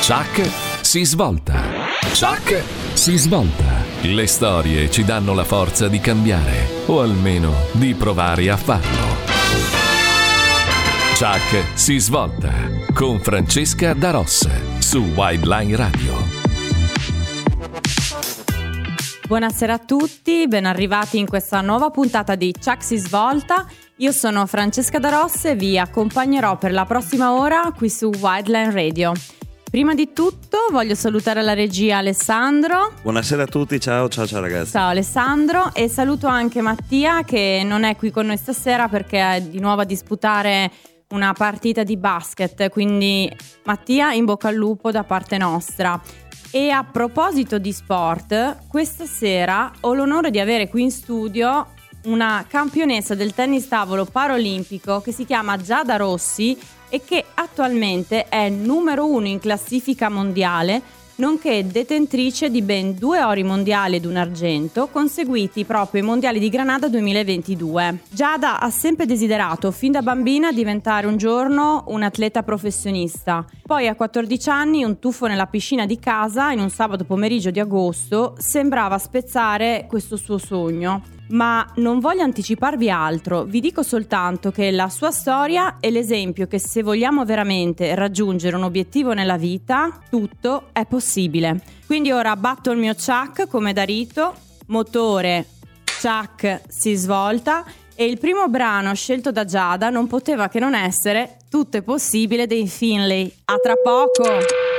Chuck si svolta. Chuck si svolta. Le storie ci danno la forza di cambiare, o almeno di provare a farlo. Chuck si svolta con Francesca Da Ross su Wildline Radio. Buonasera a tutti, ben arrivati in questa nuova puntata di Chuck si svolta. Io sono Francesca Da Ross e vi accompagnerò per la prossima ora qui su Wildline Radio. Prima di tutto voglio salutare la regia Alessandro. Buonasera a tutti, ciao ragazzi. Ciao Alessandro, e saluto anche Mattia che non è qui con noi stasera perché è di nuovo a disputare una partita di basket, quindi Mattia, in bocca al lupo da parte nostra. E a proposito di sport, questa sera ho l'onore di avere qui in studio una campionessa del tennis tavolo paraolimpico che si chiama Giada Rossi e che attualmente è numero 1 in classifica mondiale, nonché detentrice di ben 2 ori mondiali ed un argento, conseguiti proprio ai mondiali di Granada 2022. Giada ha sempre desiderato fin da bambina diventare un giorno un'atleta professionista. Poi a 14 anni un tuffo nella piscina di casa in un sabato pomeriggio di agosto sembrava spezzare questo suo sogno. Ma non voglio anticiparvi altro, vi dico soltanto che la sua storia è l'esempio che se vogliamo veramente raggiungere un obiettivo nella vita, tutto è possibile. Quindi ora batto il mio Chuck come da rito, motore, Chuck si svolta, e il primo brano scelto da Giada non poteva che non essere Tutto è possibile dei Finlay. A tra poco!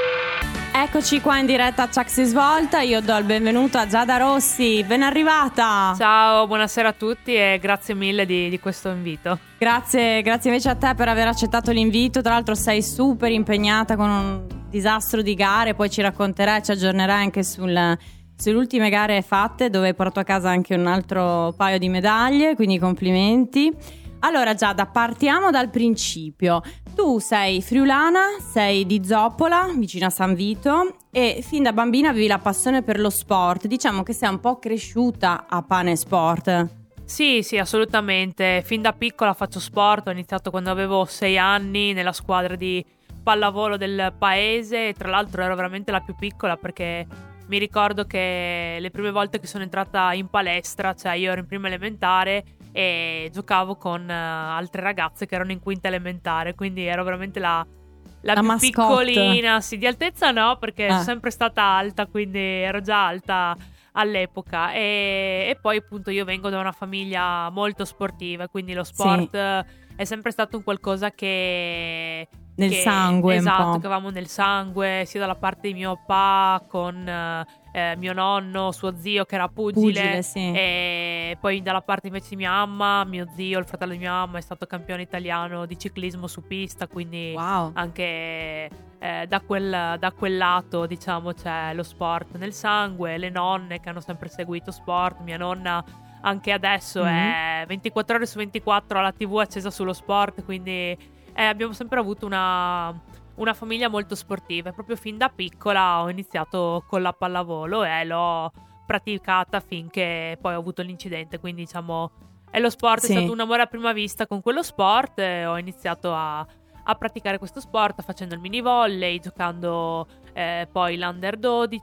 Eccoci qua in diretta a Chuck si svolta, io do il benvenuto a Giada Rossi, ben arrivata! Ciao, buonasera a tutti e grazie mille di questo invito. Grazie invece a te per aver accettato l'invito, tra l'altro sei super impegnata con un disastro di gare, poi ci racconterai, ci aggiornerai anche sulle ultime gare fatte dove hai portato a casa anche un altro paio di medaglie, quindi complimenti. Allora Giada, partiamo dal principio. Tu sei friulana, sei di Zoppola, vicino a San Vito, e fin da bambina avevi la passione per lo sport. Diciamo che sei un po' cresciuta a pane sport. Sì, assolutamente. Fin da piccola faccio sport, ho iniziato quando avevo 6 anni nella squadra di pallavolo del paese, e tra l'altro ero veramente la più piccola perché mi ricordo che le prime volte che sono entrata in palestra, cioè io ero in prima elementare e giocavo con altre ragazze che erano in quinta elementare, quindi ero veramente la più mascotte. Piccolina, sì, di altezza no, perché sono sempre stata alta, quindi ero già alta all'epoca, e poi appunto io vengo da una famiglia molto sportiva, quindi lo sport è sempre stato un qualcosa che nel sangue, esatto, un po'. che avevamo nel sangue, sia dalla parte di mio papà con mio nonno, suo zio che era pugile, sì. E poi dalla parte invece di mia mamma, mio zio, il fratello di mia mamma è stato campione italiano di ciclismo su pista, quindi wow. Anche da quel lato, diciamo, c'è lo sport nel sangue. Le nonne che hanno sempre seguito sport, mia nonna anche adesso è 24 ore su 24 alla TV accesa sullo sport, quindi abbiamo sempre avuto una famiglia molto sportiva. Proprio fin da piccola ho iniziato con la pallavolo e l'ho praticata finché poi ho avuto l'incidente, quindi diciamo è lo sport, è stato un amore a prima vista con quello sport, e ho iniziato a praticare questo sport facendo il mini volley, giocando poi l'Under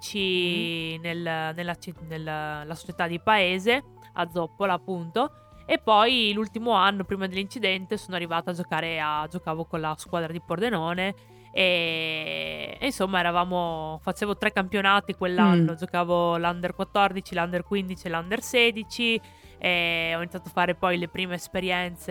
12 nella società di paese a Zoppola appunto. E poi l'ultimo anno prima dell'incidente sono arrivata a giocavo con la squadra di Pordenone e insomma facevo 3 campionati quell'anno, giocavo l'Under 14, l'Under 15 e l'Under 16, e ho iniziato a fare poi le prime esperienze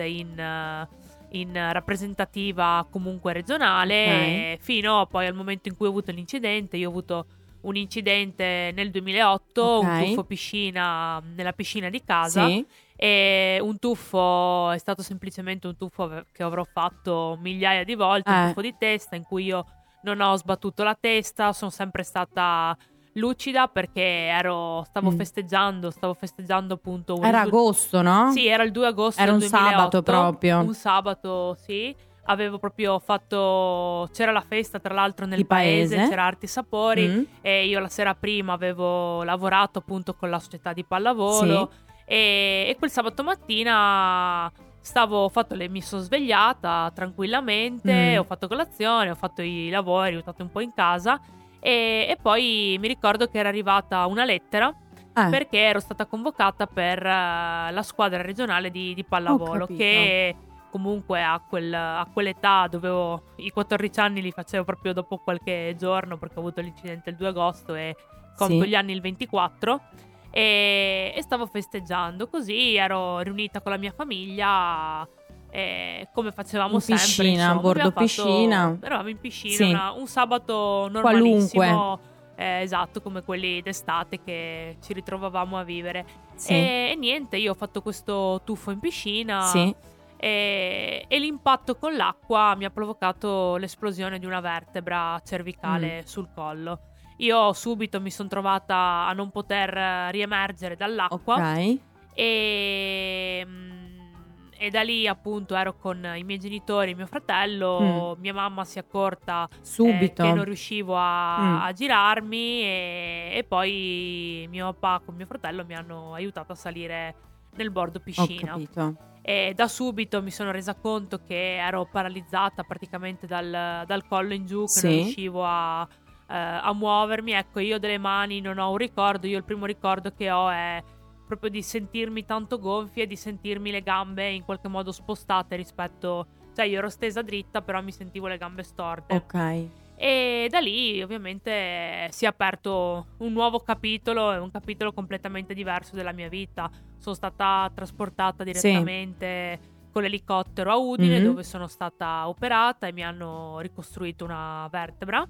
in rappresentativa comunque regionale, fino poi al momento in cui ho avuto l'incidente. Io ho avuto un incidente nel 2008, un tuffo piscina nella piscina di casa, e un tuffo è stato semplicemente un tuffo che avrò fatto migliaia di volte, un tuffo di testa in cui io non ho sbattuto la testa, sono sempre stata lucida perché stavo festeggiando appunto era agosto, no? Sì, era il 2 agosto era del un 2008, sabato proprio. Un sabato, sì. Avevo proprio fatto, c'era la festa tra l'altro nel paese, c'era Arti Sapori, e io la sera prima avevo lavorato appunto con la società di pallavolo, e quel sabato mattina mi sono svegliata tranquillamente, ho fatto colazione, ho fatto i lavori, ho stato un po' in casa e poi mi ricordo che era arrivata una lettera perché ero stata convocata per la squadra regionale di pallavolo, che comunque a quell'età i 14 anni li facevo proprio dopo qualche giorno, perché ho avuto l'incidente il 2 agosto e compio gli anni il 24. E stavo festeggiando, così ero riunita con la mia famiglia, come facevamo sempre, piscina, a bordo piscina. Eravamo in piscina, un sabato normalissimo, esatto, come quelli d'estate che ci ritrovavamo a vivere. E niente, io ho fatto questo tuffo in piscina e l'impatto con l'acqua mi ha provocato l'esplosione di una vertebra cervicale sul collo. Io subito mi sono trovata a non poter riemergere dall'acqua e da lì appunto ero con i miei genitori e mio fratello. Mia mamma si è accorta subito che non riuscivo a girarmi e poi mio papà con mio fratello mi hanno aiutato a salire nel bordo piscina. E da subito mi sono resa conto che ero paralizzata praticamente dal collo in giù, che non riuscivo a muovermi. Ecco, io delle mani non ho un ricordo. Io il primo ricordo che ho è proprio di sentirmi tanto gonfie, di sentirmi le gambe in qualche modo spostate rispetto, cioè io ero stesa dritta però mi sentivo le gambe storte. E da lì ovviamente si è aperto un nuovo capitolo, e un capitolo completamente diverso della mia vita. Sono stata trasportata direttamente con l'elicottero a Udine, dove sono stata operata e mi hanno ricostruito una vertebra.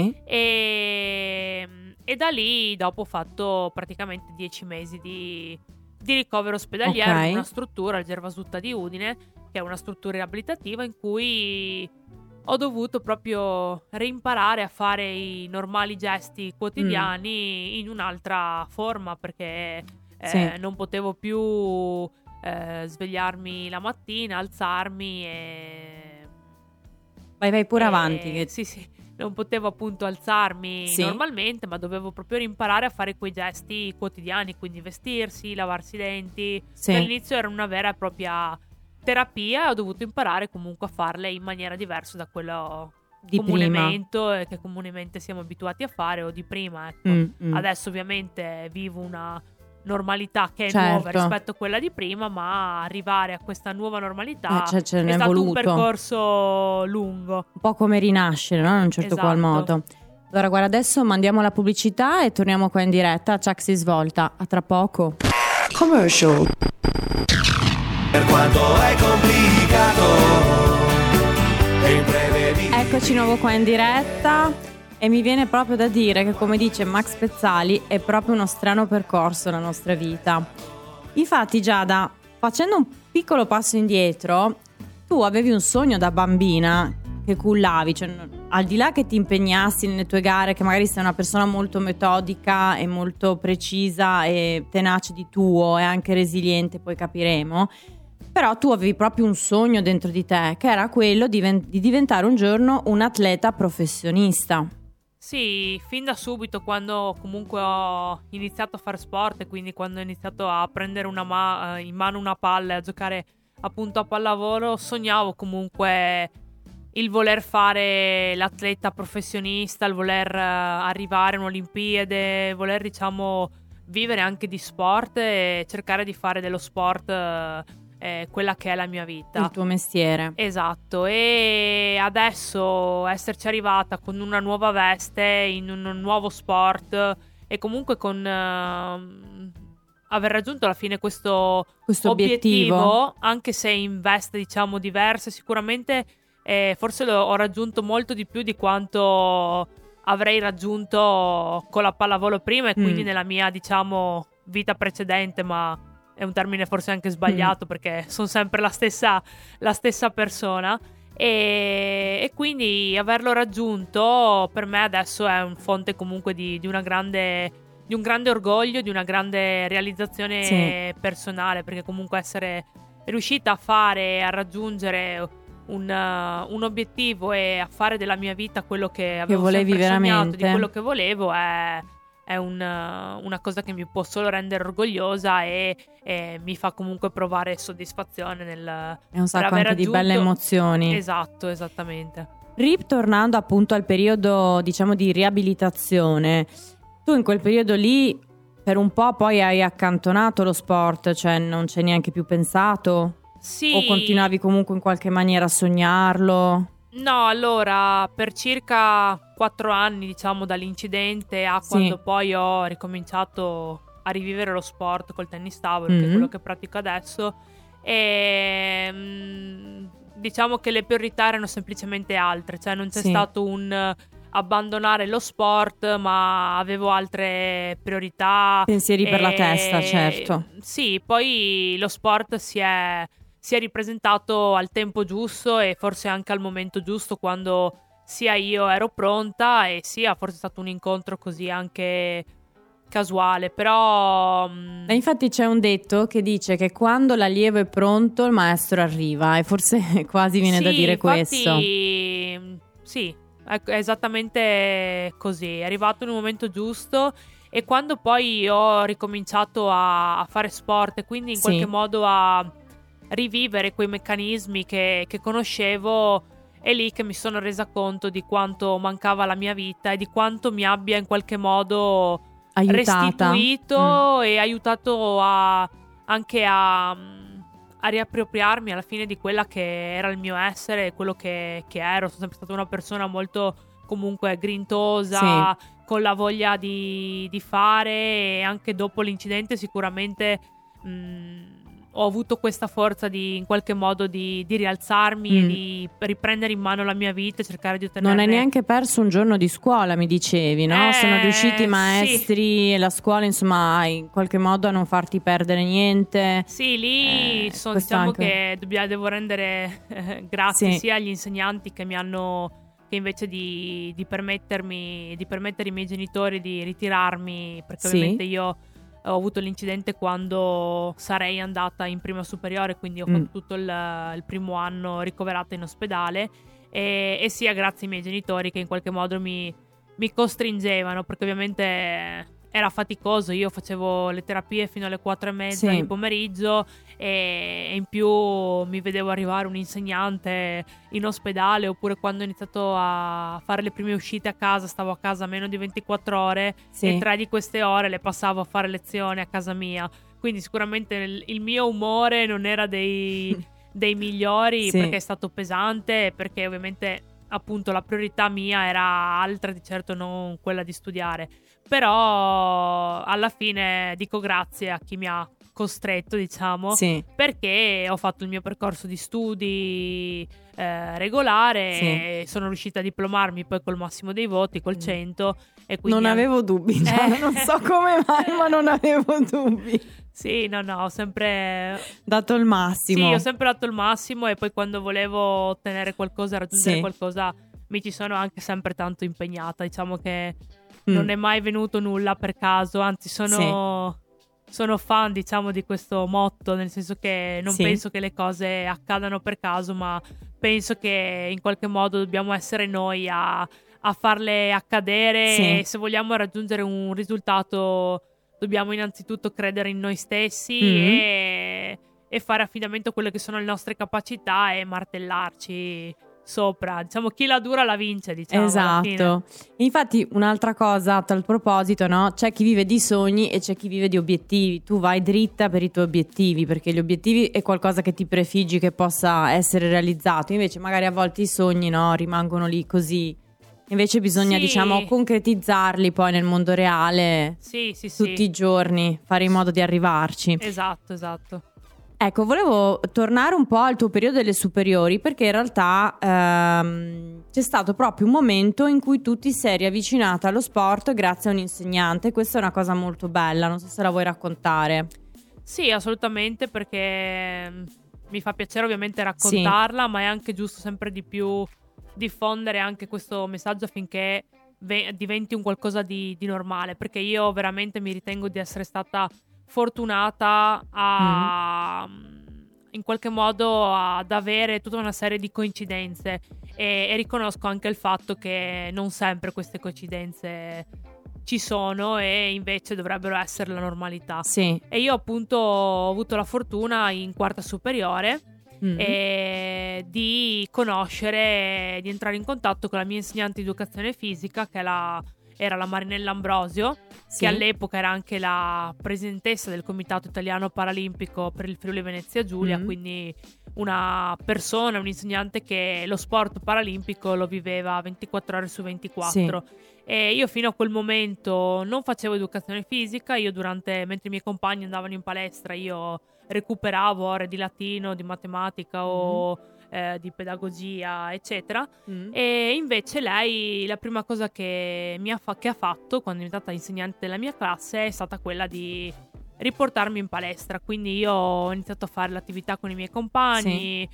E da lì dopo ho fatto praticamente 10 mesi di ricovero ospedaliero in una struttura, il Gervasutta di Udine, che è una struttura riabilitativa in cui ho dovuto proprio reimparare a fare i normali gesti quotidiani in un'altra forma, perché non potevo più svegliarmi la mattina, alzarmi e vai pure avanti. Non potevo appunto alzarmi normalmente, ma dovevo proprio imparare a fare quei gesti quotidiani, quindi vestirsi, lavarsi i denti. All'inizio era una vera e propria terapia e ho dovuto imparare comunque a farle in maniera diversa da quello di che comunemente siamo abituati a fare, o di prima, ecco. Adesso ovviamente vivo una normalità che è nuova rispetto a quella di prima, ma arrivare a questa nuova normalità è stato un percorso lungo, un po' come rinascere, no? In un certo qual modo. Allora guarda, adesso mandiamo la pubblicità e torniamo qua in diretta. Chuck si svolta, a tra poco. Commercial. Per quanto è complicato e imprevedibile. Eccoci nuovo qua in diretta. E mi viene proprio da dire che, come dice Max Pezzali, è proprio uno strano percorso la nostra vita. Infatti, Giada, facendo un piccolo passo indietro, tu avevi un sogno da bambina che cullavi, cioè al di là che ti impegnassi nelle tue gare, che magari sei una persona molto metodica e molto precisa e tenace di tuo e anche resiliente, poi capiremo, però tu avevi proprio un sogno dentro di te, che era quello di diventare un giorno un atleta professionista. Sì, fin da subito, quando comunque ho iniziato a fare sport, e quindi quando ho iniziato a prendere in mano una palla e a giocare appunto a pallavolo, sognavo comunque il voler fare l'atleta professionista, il voler arrivare a un'Olimpiade, voler vivere anche di sport e cercare di fare dello sport quella che è la mia vita, il tuo mestiere. Esatto. E adesso esserci arrivata con una nuova veste, in un nuovo sport, e comunque con aver raggiunto alla fine questo obiettivo, anche se in veste diverse, sicuramente forse ho raggiunto molto di più di quanto avrei raggiunto con la pallavolo prima, e quindi nella mia vita precedente, ma è un termine forse anche sbagliato perché sono sempre la stessa persona, e quindi averlo raggiunto per me adesso è un fonte comunque di un grande orgoglio, di una grande realizzazione personale, perché comunque essere riuscita a raggiungere un obiettivo e a fare della mia vita quello che avevo volevi sempre veramente sognato, di quello che volevo, è una cosa che mi può solo rendere orgogliosa e mi fa comunque provare soddisfazione È un sacco anche di belle emozioni. Esatto, esattamente. Ritornando appunto al periodo, diciamo, di riabilitazione, tu in quel periodo lì per un po' poi hai accantonato lo sport, cioè non ci hai neanche più pensato? Sì. O continuavi comunque in qualche maniera a sognarlo? No, allora, per circa 4 anni, diciamo, dall'incidente a quando poi ho ricominciato a rivivere lo sport col tennis tavolo, che è quello che pratico adesso, e diciamo che le priorità erano semplicemente altre, cioè non c'è stato un abbandonare lo sport, ma avevo altre priorità. Pensieri per la testa, certo. Sì, poi lo sport si è ripresentato al tempo giusto e forse anche al momento giusto, quando sia io ero pronta e sia forse è stato un incontro così anche casuale, però infatti c'è un detto che dice che quando l'allievo è pronto il maestro arriva, e forse quasi viene da dire questo. Sì, è esattamente così, è arrivato in un momento giusto. E quando poi ho ricominciato a fare sport e quindi in qualche modo a rivivere quei meccanismi che conoscevo, è lì che mi sono resa conto di quanto mancava la mia vita e di quanto mi abbia in qualche modo restituito e aiutato anche a riappropriarmi alla fine di quella che era il mio essere e quello che ero. Sono sempre stata una persona molto comunque grintosa, con la voglia di fare, e anche dopo l'incidente sicuramente ho avuto questa forza di in qualche modo di rialzarmi e di riprendere in mano la mia vita e cercare di ottenere. Non hai neanche perso un giorno di scuola, mi dicevi, no? Sono riusciti i maestri e la scuola, insomma, in qualche modo a non farti perdere niente. Sì, lì diciamo anche... che devo rendere grazie sia agli insegnanti che mi hanno, che invece di permettere ai miei genitori di ritirarmi, perché ovviamente io ho avuto l'incidente quando sarei andata in prima superiore, quindi ho fatto tutto il primo anno ricoverata in ospedale, e sia grazie ai miei genitori che in qualche modo mi costringevano, perché ovviamente era faticoso. Io facevo le terapie fino alle 4:30 di pomeriggio e in più mi vedevo arrivare un insegnante in ospedale, oppure quando ho iniziato a fare le prime uscite a casa, stavo a casa meno di 24 ore e 3 di queste ore le passavo a fare lezioni a casa mia, quindi sicuramente il mio umore non era dei migliori, perché è stato pesante, perché ovviamente appunto la priorità mia era altra, di certo non quella di studiare. Però alla fine dico grazie a chi mi ha costretto, diciamo, perché ho fatto il mio percorso di studi regolare e sono riuscita a diplomarmi poi col massimo dei voti, col 100, e quindi non avevo dubbi, non so come mai, ma non avevo dubbi. Sì, no, ho sempre dato il massimo. Sì, ho sempre dato il massimo, e poi quando volevo ottenere qualcosa, raggiungere qualcosa, mi ci sono anche sempre tanto impegnata. Diciamo che non è mai venuto nulla per caso, anzi sono fan, diciamo, di questo motto, nel senso che non penso che le cose accadano per caso, ma penso che in qualche modo dobbiamo essere noi a farle accadere, e se vogliamo raggiungere un risultato dobbiamo innanzitutto credere in noi stessi e fare affidamento a quelle che sono le nostre capacità e martellarci sopra. Diciamo, chi la dura la vince, diciamo. Esatto. Infatti un'altra cosa a tal proposito, no? C'è chi vive di sogni e c'è chi vive di obiettivi. Tu vai dritta per i tuoi obiettivi, perché gli obiettivi è qualcosa che ti prefiggi che possa essere realizzato. Invece magari a volte i sogni, no, rimangono lì così. Invece bisogna, diciamo, concretizzarli poi nel mondo reale tutti i giorni, fare in modo di arrivarci. Esatto. Ecco, volevo tornare un po' al tuo periodo delle superiori, perché in realtà c'è stato proprio un momento in cui tu ti sei riavvicinata allo sport grazie a un insegnante. Questa è una cosa molto bella, non so se la vuoi raccontare. Sì, assolutamente, perché mi fa piacere ovviamente raccontarla, ma è anche giusto sempre di più diffondere anche questo messaggio affinché diventi un qualcosa di normale, perché io veramente mi ritengo di essere stata fortunata in qualche modo ad avere tutta una serie di coincidenze, e riconosco anche il fatto che non sempre queste coincidenze ci sono e invece dovrebbero essere la normalità. Sì. E io appunto ho avuto la fortuna in quarta superiore di conoscere, di entrare in contatto con la mia insegnante di educazione fisica, che era la Marinella Ambrosio, Sì. che all'epoca era anche la presidentessa del Comitato Italiano Paralimpico per il Friuli Venezia Giulia, quindi una persona, un insegnante che lo sport paralimpico lo viveva 24 ore su 24. Sì. E io fino a quel momento non facevo educazione fisica, mentre i miei compagni andavano in palestra, io recuperavo ore di latino, di matematica o di pedagogia, eccetera. E invece lei, la prima cosa che ha fatto quando è diventata insegnante della mia classe è stata quella di riportarmi in palestra. Quindi io ho iniziato a fare l'attività con i miei compagni,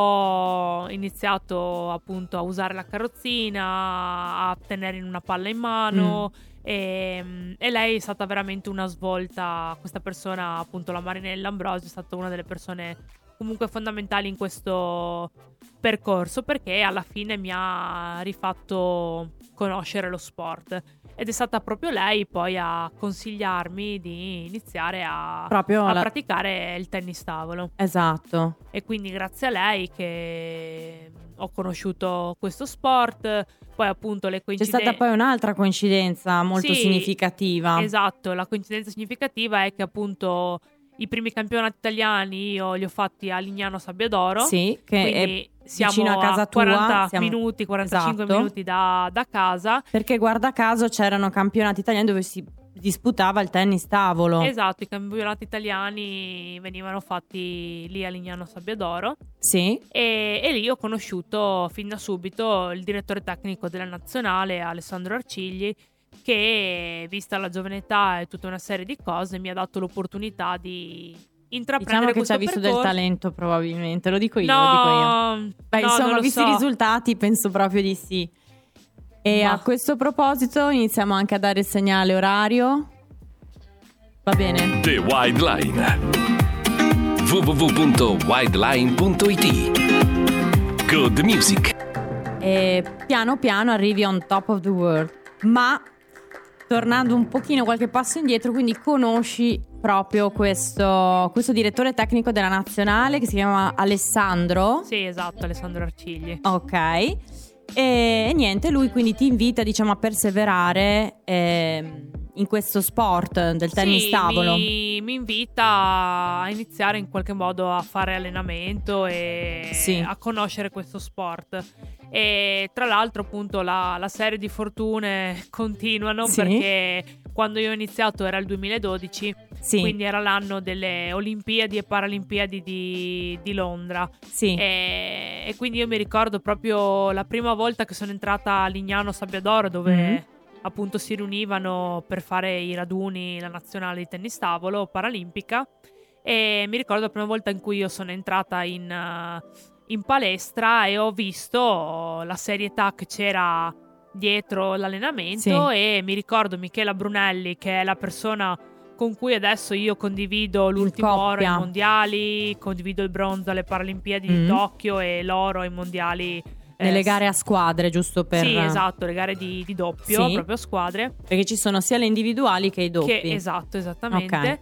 ho iniziato appunto a usare la carrozzina, a tenere in una palla in mano. E lei è stata veramente una svolta. Questa persona, appunto la Marinella Ambrosio, è stata una delle persone comunque fondamentali in questo percorso, perché alla fine mi ha rifatto conoscere lo sport, ed è stata proprio lei poi a consigliarmi di iniziare a praticare il tennis tavolo. Esatto. E quindi grazie a lei che ho conosciuto questo sport. Poi appunto le coincidenze. C'è stata poi un'altra coincidenza molto significativa. Esatto, la coincidenza significativa è che appunto i primi campionati italiani io li ho fatti a Lignano Sabbiadoro. Sì, che quindi è siamo vicino a casa tua. 45 minuti da casa. Perché guarda caso c'erano campionati italiani dove si disputava il tennis tavolo. Esatto, i campionati italiani venivano fatti lì a Lignano Sabbiadoro. Sì. E lì ho conosciuto fin da subito il direttore tecnico della nazionale, Alessandro Arcigli, che vista la giovane età e tutta una serie di cose mi ha dato l'opportunità di intraprendere questo percorso. Diciamo che ci ha visto del talento, probabilmente, lo dico io. Beh, no, insomma, visti i so. risultati penso proprio di sì. E a questo proposito iniziamo anche a dare il segnale orario. Va bene? The Wide Line. www.wideline.it. Good music. E piano piano arrivi on top of the world. Ma tornando un pochino qualche passo indietro, quindi conosci proprio questo direttore tecnico della nazionale che si chiama Alessandro. Sì, esatto, Alessandro Arcigli. Ok. E niente, lui quindi ti invita, diciamo, a perseverare in questo sport del tennis tavolo. Mi invita a iniziare in qualche modo a fare allenamento e a conoscere questo sport. E tra l'altro appunto la serie di fortune continuano, perché quando io ho iniziato era il 2012, quindi era l'anno delle Olimpiadi e Paralimpiadi di Londra. E quindi io mi ricordo proprio la prima volta che sono entrata a Lignano Sabbiadoro, dove appunto si riunivano per fare i raduni la nazionale di tennis tavolo paralimpica, e mi ricordo la prima volta in cui io sono entrata in palestra e ho visto la serietà che c'era dietro l'allenamento. E mi ricordo Michela Brunelli, che è la persona con cui adesso io condivido l'ultimo oro ai mondiali, condivido il bronzo alle Paralimpiadi di Tokyo e l'oro ai mondiali nelle gare a squadre, giusto per... Sì, esatto, le gare di doppio, proprio a squadre. Perché ci sono sia le individuali che i doppi. Esatto, esattamente. Okay.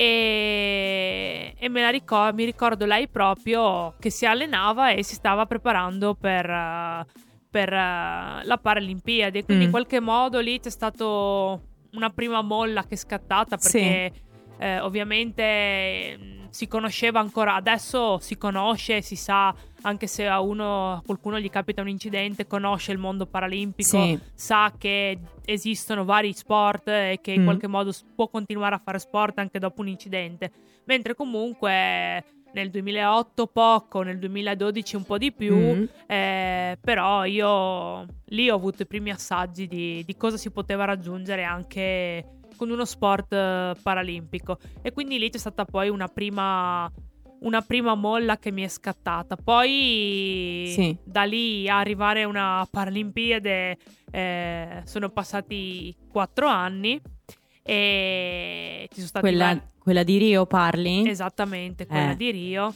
E mi ricordo lei proprio che si allenava e si stava preparando per la Paralimpiadi. Quindi in qualche modo lì c'è stato una prima molla che è scattata, perché ovviamente si conosceva ancora, adesso si conosce, si sa, anche se a qualcuno gli capita un incidente, conosce il mondo paralimpico, sa che esistono vari sport e che in qualche modo può continuare a fare sport anche dopo un incidente, mentre comunque nel 2008 poco, nel 2012 un po' di più, però io lì ho avuto i primi assaggi di cosa si poteva raggiungere anche con uno sport paralimpico, e quindi lì c'è stata poi una prima molla che mi è scattata. Poi da lì a arrivare a una Paralimpiade sono passati 4 anni e ci sono stati quella di Rio parli? Esattamente, quella di Rio.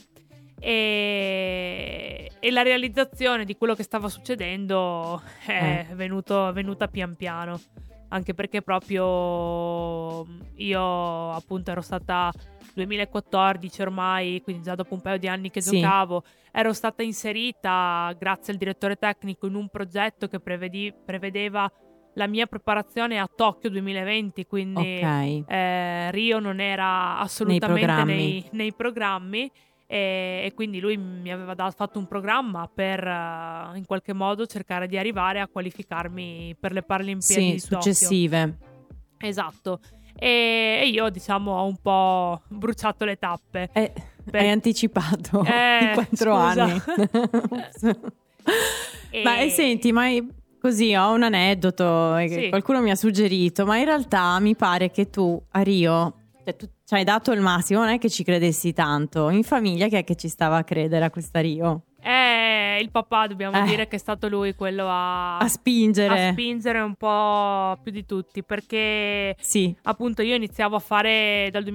E la realizzazione di quello che stava succedendo è venuta pian piano, anche perché proprio io appunto ero stata 2014 ormai, quindi già dopo un paio di anni che giocavo, ero stata inserita grazie al direttore tecnico in un progetto che prevedeva la mia preparazione a Tokyo 2020, quindi Rio non era assolutamente nei programmi. E quindi lui mi aveva fatto un programma per in qualche modo cercare di arrivare a qualificarmi per le Paralimpiadi di successive. Tokyo. Esatto. E io diciamo ho un po' bruciato le tappe. Hai anticipato i 4 anni. Ma senti, così ho un aneddoto che qualcuno mi ha suggerito, ma in realtà mi pare che tu a Rio, tu ci hai dato il massimo, non è che ci credessi tanto. In famiglia chi è che ci stava a credere a questa Rio? Il papà, dobbiamo dire che è stato lui quello a spingere un po' più di tutti, perché appunto io iniziavo a fare dal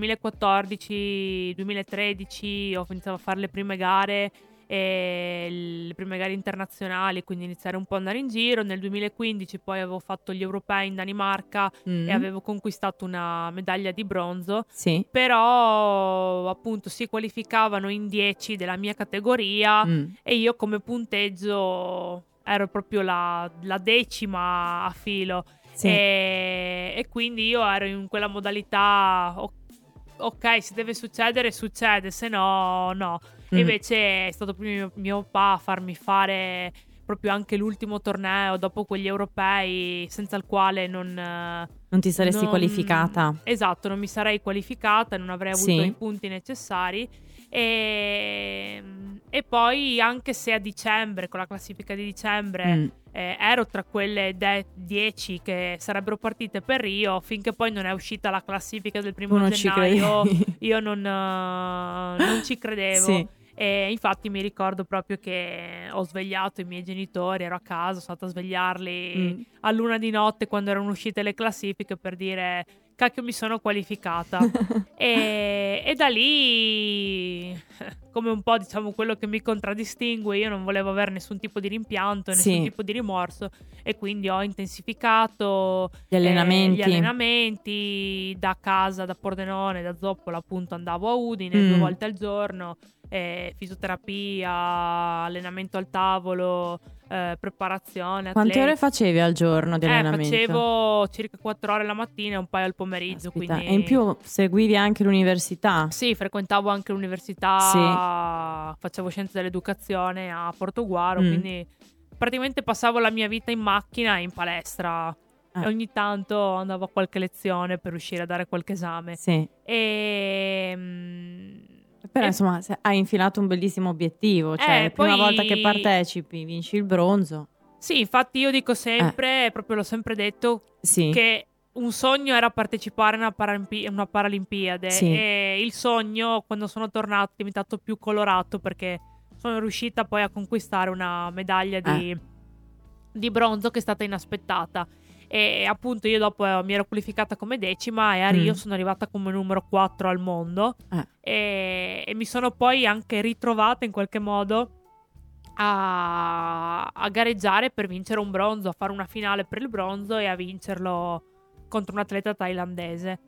2014-2013, ho iniziato a fare le prime gare internazionali, quindi iniziare un po' ad andare in giro. Nel 2015 poi avevo fatto gli europei in Danimarca e avevo conquistato una medaglia di bronzo, però appunto si qualificavano in 10 della mia categoria e io come punteggio ero proprio la 10ª a filo, e quindi io ero in quella modalità ok, se deve succedere succede, se no no. E invece è stato proprio mio papà a farmi fare proprio anche l'ultimo torneo dopo quegli europei, senza il quale non ti saresti qualificata. Esatto, non mi sarei qualificata, non avrei avuto i punti necessari. E poi anche se a dicembre, con la classifica di dicembre, ero tra quelle 10 che sarebbero partite per Rio, finché poi non è uscita la classifica del 1° gennaio, io non ci credevo. E infatti mi ricordo proprio che ho svegliato i miei genitori, ero a casa, sono stata a svegliarli all'1 di notte quando erano uscite le classifiche per dire cacchio mi sono qualificata. e da lì, come un po' diciamo quello che mi contraddistingue, io non volevo avere nessun tipo di rimpianto, nessun tipo di rimorso, e quindi ho intensificato gli allenamenti da casa, da Pordenone, da Zoppola appunto andavo a Udine 2 volte al giorno, fisioterapia, allenamento al tavolo, preparazione. Quante ore facevi al giorno di allenamento? Facevo circa 4 ore la mattina e un paio al pomeriggio. Quindi... E in più seguivi anche l'università? Sì, frequentavo anche l'università, facevo scienze dell'educazione a Portogruaro, quindi praticamente passavo la mia vita in macchina e in palestra. E ogni tanto andavo a qualche lezione per riuscire a dare qualche esame. Però insomma hai infilato un bellissimo obiettivo, cioè la prima volta che partecipi vinci il bronzo. Sì, infatti io dico sempre, proprio l'ho sempre detto, che un sogno era partecipare a una Paralimpiade, e il sogno quando sono tornato è diventato più colorato perché sono riuscita poi a conquistare una medaglia di bronzo che è stata inaspettata. E appunto io dopo mi ero qualificata come 10ª e a Rio sono arrivata come numero 4 al mondo, e mi sono poi anche ritrovata in qualche modo a gareggiare per vincere un bronzo, a fare una finale per il bronzo e a vincerlo contro un atleta thailandese.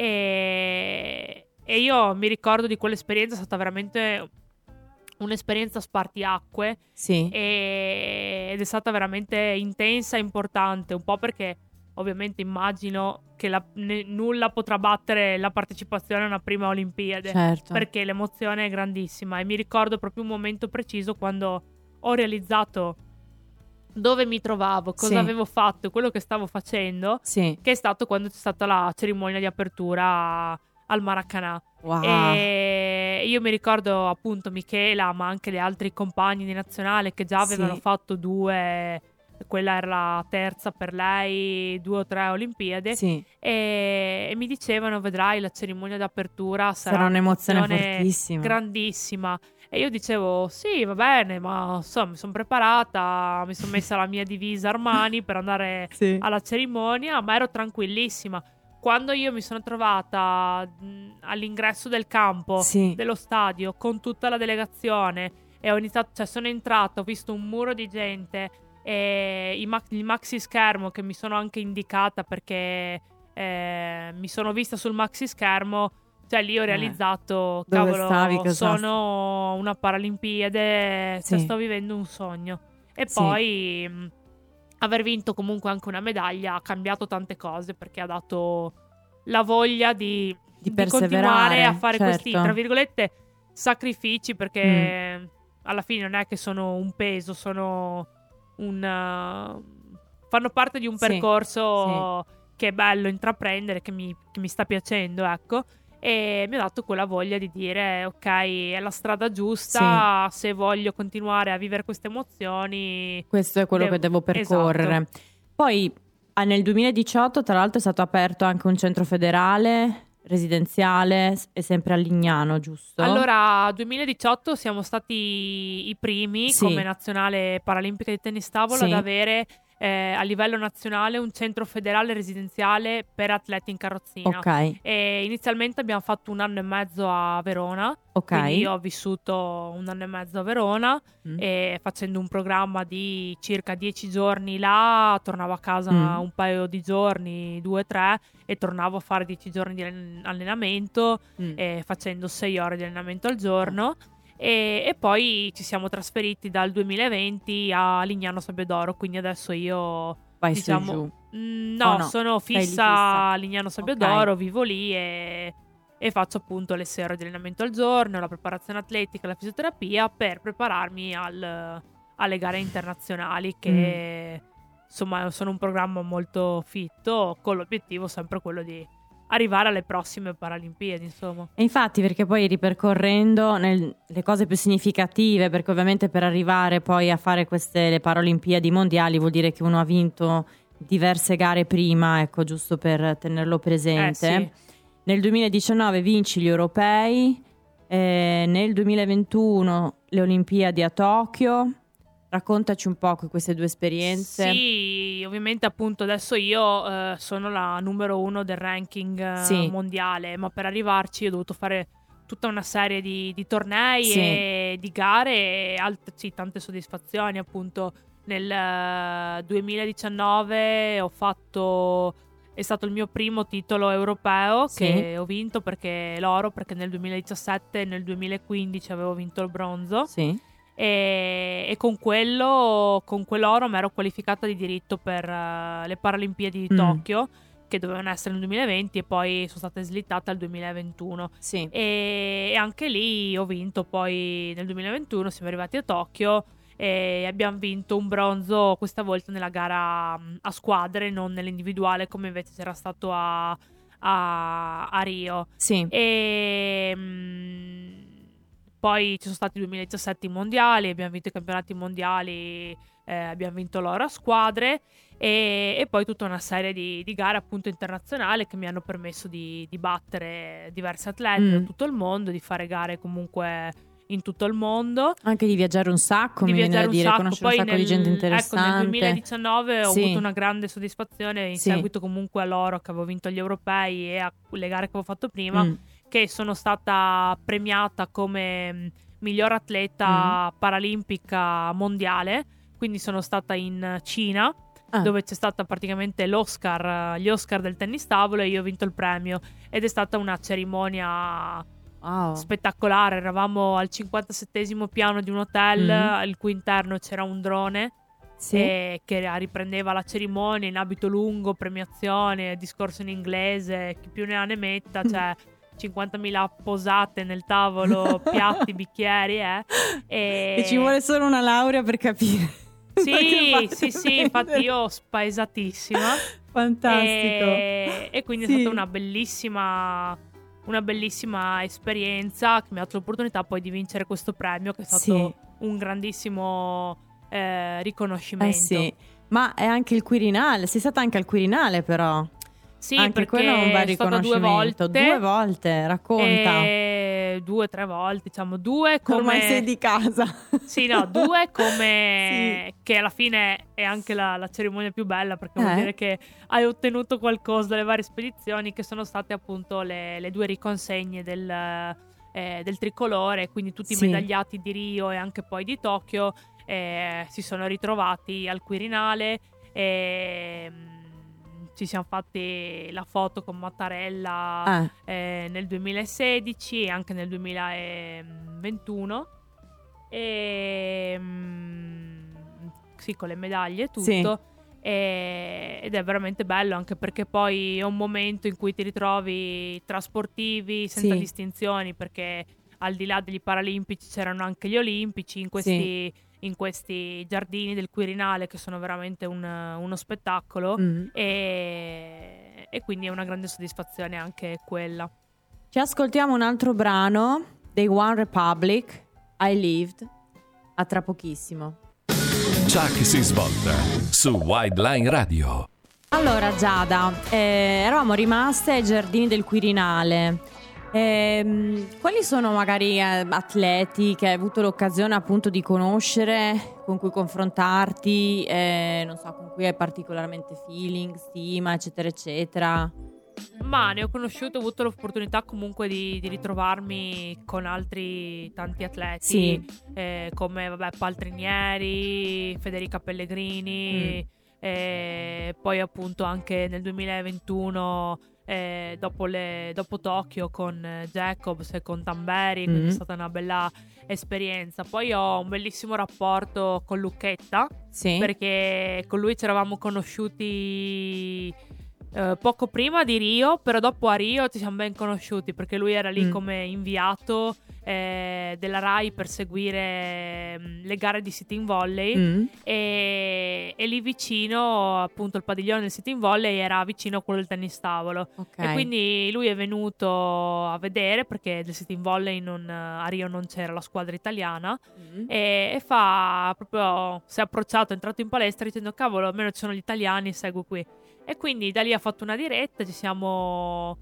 E io mi ricordo di quell'esperienza, è stata veramente un'esperienza spartiacque, ed è stata veramente intensa e importante, un po' perché ovviamente immagino che nulla potrà battere la partecipazione a una prima Olimpiade, perché l'emozione è grandissima. E mi ricordo proprio un momento preciso quando ho realizzato dove mi trovavo, cosa avevo fatto, quello che stavo facendo, che è stato quando c'è stata la cerimonia di apertura al Maracanã. E io mi ricordo appunto Michela, ma anche le altre compagne di nazionale che già avevano fatto 2, quella era la terza per lei, 2 o 3 Olimpiadi, e mi dicevano vedrai la cerimonia d'apertura sarà un'emozione fortissima, grandissima. E io dicevo sì, va bene, ma insomma mi sono preparata, mi sono messa la mia divisa Armani per andare alla cerimonia, ma ero tranquillissima. Quando io mi sono trovata all'ingresso del campo dello stadio con tutta la delegazione e ho iniziato, cioè sono entrata, ho visto un muro di gente e il maxi schermo che mi sono anche indicata perché mi sono vista sul maxi schermo, cioè lì ho realizzato, Dove cavolo, stavi? sono una Paralimpiade, Sì. cioè sto vivendo un sogno. E Sì. poi aver vinto comunque anche una medaglia ha cambiato tante cose, perché ha dato la voglia di perseverare, continuare a fare questi, certo. tra virgolette, sacrifici, perché alla fine non è che sono un peso, sono fanno parte di un Sì, percorso che è bello intraprendere, che mi sta piacendo, ecco. E mi ha dato quella voglia di dire ok, è la strada giusta, se voglio continuare a vivere queste emozioni, Questo è quello che devo percorrere. Esatto. Poi nel 2018 tra l'altro è stato aperto anche un centro federale residenziale, è sempre a Lignano, giusto? Allora, 2018 siamo stati i primi Sì. come nazionale paralimpica di tennis tavola Sì. ad avere a livello nazionale un centro federale residenziale per atleti in carrozzina. Ok, E inizialmente abbiamo fatto 1 anno e mezzo a Verona, ok. quindi io ho vissuto 1 anno e mezzo a Verona Mm. e facendo un programma di circa 10 giorni là, tornavo a casa un paio di giorni, 2-3, e tornavo a fare 10 giorni di allenamento, facendo 6 ore di allenamento al giorno. E poi ci siamo trasferiti dal 2020 a Lignano Sabbiadoro, quindi adesso io Vai diciamo su e giù. no, no, sono stai lì fissa fissa. a Lignano Sabbiadoro, Ok. vivo lì e faccio appunto le 6 ore di allenamento al giorno, la preparazione atletica, la fisioterapia per prepararmi alle gare internazionali che insomma sono un programma molto fitto, con l'obiettivo sempre quello di arrivare alle prossime Paralimpiadi, insomma. E infatti, perché poi ripercorrendo le cose più significative, perché ovviamente per arrivare poi a fare le Paralimpiadi mondiali vuol dire che uno ha vinto diverse gare prima, ecco, giusto per tenerlo presente. Sì. Nel 2019 vinci gli europei, nel 2021 le Olimpiadi a Tokyo. Raccontaci un po' queste due esperienze. Sì, ovviamente appunto adesso io sono la numero 1 del ranking mondiale, ma per arrivarci ho dovuto fare tutta una serie di tornei e di gare e tante soddisfazioni. Appunto nel 2019 è stato il mio primo titolo europeo che ho vinto, perché l'oro, perché nel 2017 e nel 2015 avevo vinto il bronzo. Sì. E con quell'oro mi ero qualificata di diritto per le Paralimpiadi di Tokyo, che dovevano essere nel 2020 e poi sono state slittate al 2021. Sì. E anche lì ho vinto. Poi nel 2021 siamo arrivati a Tokyo e abbiamo vinto un bronzo, questa volta nella gara a squadre, non nell'individuale come invece c'era stato a Rio. Sì. E poi ci sono stati i 2017 mondiali, abbiamo vinto i campionati mondiali, abbiamo vinto l'oro a squadre e poi tutta una serie di gare appunto internazionali che mi hanno permesso di battere diversi atleti da tutto il mondo, di fare gare comunque in tutto il mondo. Anche di viaggiare un sacco, mi viene da dire, conoscere un sacco di gente interessante. Ecco, nel 2019 ho avuto una grande soddisfazione in seguito comunque all'oro che avevo vinto agli europei e alle gare che avevo fatto prima, che sono stata premiata come miglior atleta paralimpica mondiale. Quindi sono stata in Cina, dove c'è stata praticamente gli Oscar del tennis tavolo, e io ho vinto il premio ed è stata una cerimonia spettacolare. Eravamo al 57esimo piano di un hotel al cui interno c'era un drone che riprendeva la cerimonia in abito lungo, premiazione, discorso in inglese, chi più ne ha ne metta, cioè 50.000 posate nel tavolo, piatti, bicchieri e ci vuole solo una laurea per capire. Sì, infatti io spaesatissima. Fantastico. E quindi è stata una bellissima esperienza che mi ha dato l'opportunità poi di vincere questo premio, che è stato un grandissimo riconoscimento. Ma è anche il Quirinale, sei stata anche al Quirinale però. Sì, anche perché quello è un bel riconoscimento. 2 volte, racconta. 2-3 volte, diciamo 2 come... Ormai sei di casa. Sì, no, 2 come... che alla fine è anche la cerimonia più bella, perché vuol dire che hai ottenuto qualcosa dalle varie spedizioni, che sono state appunto le 2 riconsegne del tricolore, quindi tutti i medagliati di Rio e anche poi di Tokyo. si sono ritrovati al Quirinale e ci siamo fatti la foto con Mattarella nel 2016 e anche nel 2021 e sì, con le medaglie e tutto. Sì. Ed è veramente bello, anche perché poi è un momento in cui ti ritrovi tra sportivi senza Sì. distinzioni, perché al di là degli Paralimpici c'erano anche gli Olimpici in questi giardini del Quirinale, che sono veramente uno spettacolo. E quindi è una grande soddisfazione anche quella. Ci ascoltiamo un altro brano dei One Republic, I Lived. A tra pochissimo. Chuck si svolta su Wildline Radio. Allora Giada, eravamo rimaste ai giardini del Quirinale. Quali sono magari atleti che hai avuto l'occasione appunto di conoscere, con cui confrontarti, non so, con cui hai particolarmente feeling, stima, eccetera eccetera? Ma ne ho conosciuto, ho avuto l'opportunità comunque di ritrovarmi con altri tanti atleti, Sì. come Paltrinieri, Federica Pellegrini, poi appunto anche nel 2021 dopo Tokyo con Jacobs e con Tamberi, quindi è stata una bella esperienza. Poi ho un bellissimo rapporto con Lucchetta, Sì. perché con lui ci eravamo conosciuti poco prima di Rio, però dopo a Rio ci siamo ben conosciuti, perché lui era lì come inviato della Rai per seguire le gare di sitting volley e lì vicino, appunto, il padiglione del sitting volley era vicino a quello del tennis tavolo. Okay. E quindi lui è venuto a vedere, perché del sitting volley a Rio non c'era la squadra italiana, e si è approcciato, è entrato in palestra dicendo: cavolo, almeno ci sono gli italiani, seguo qui. E quindi da lì ha fatto una diretta, ci siamo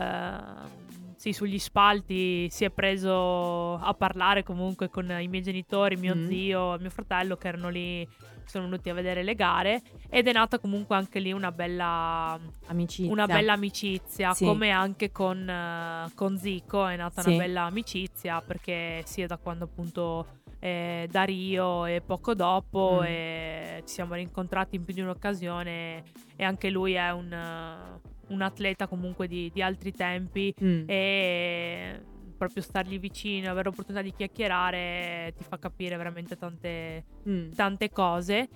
sugli spalti, si è preso a parlare comunque con i miei genitori, mio zio e mio fratello, che erano lì, sono venuti a vedere le gare, ed è nata comunque anche lì una bella amicizia, Sì. come anche con Zico è nata Sì. una bella amicizia, perché sia da quando appunto da Rio e poco dopo e ci siamo rincontrati in più di un'occasione, e anche lui è un atleta comunque di altri tempi, e proprio stargli vicino, avere l'opportunità di chiacchierare ti fa capire veramente tante cose.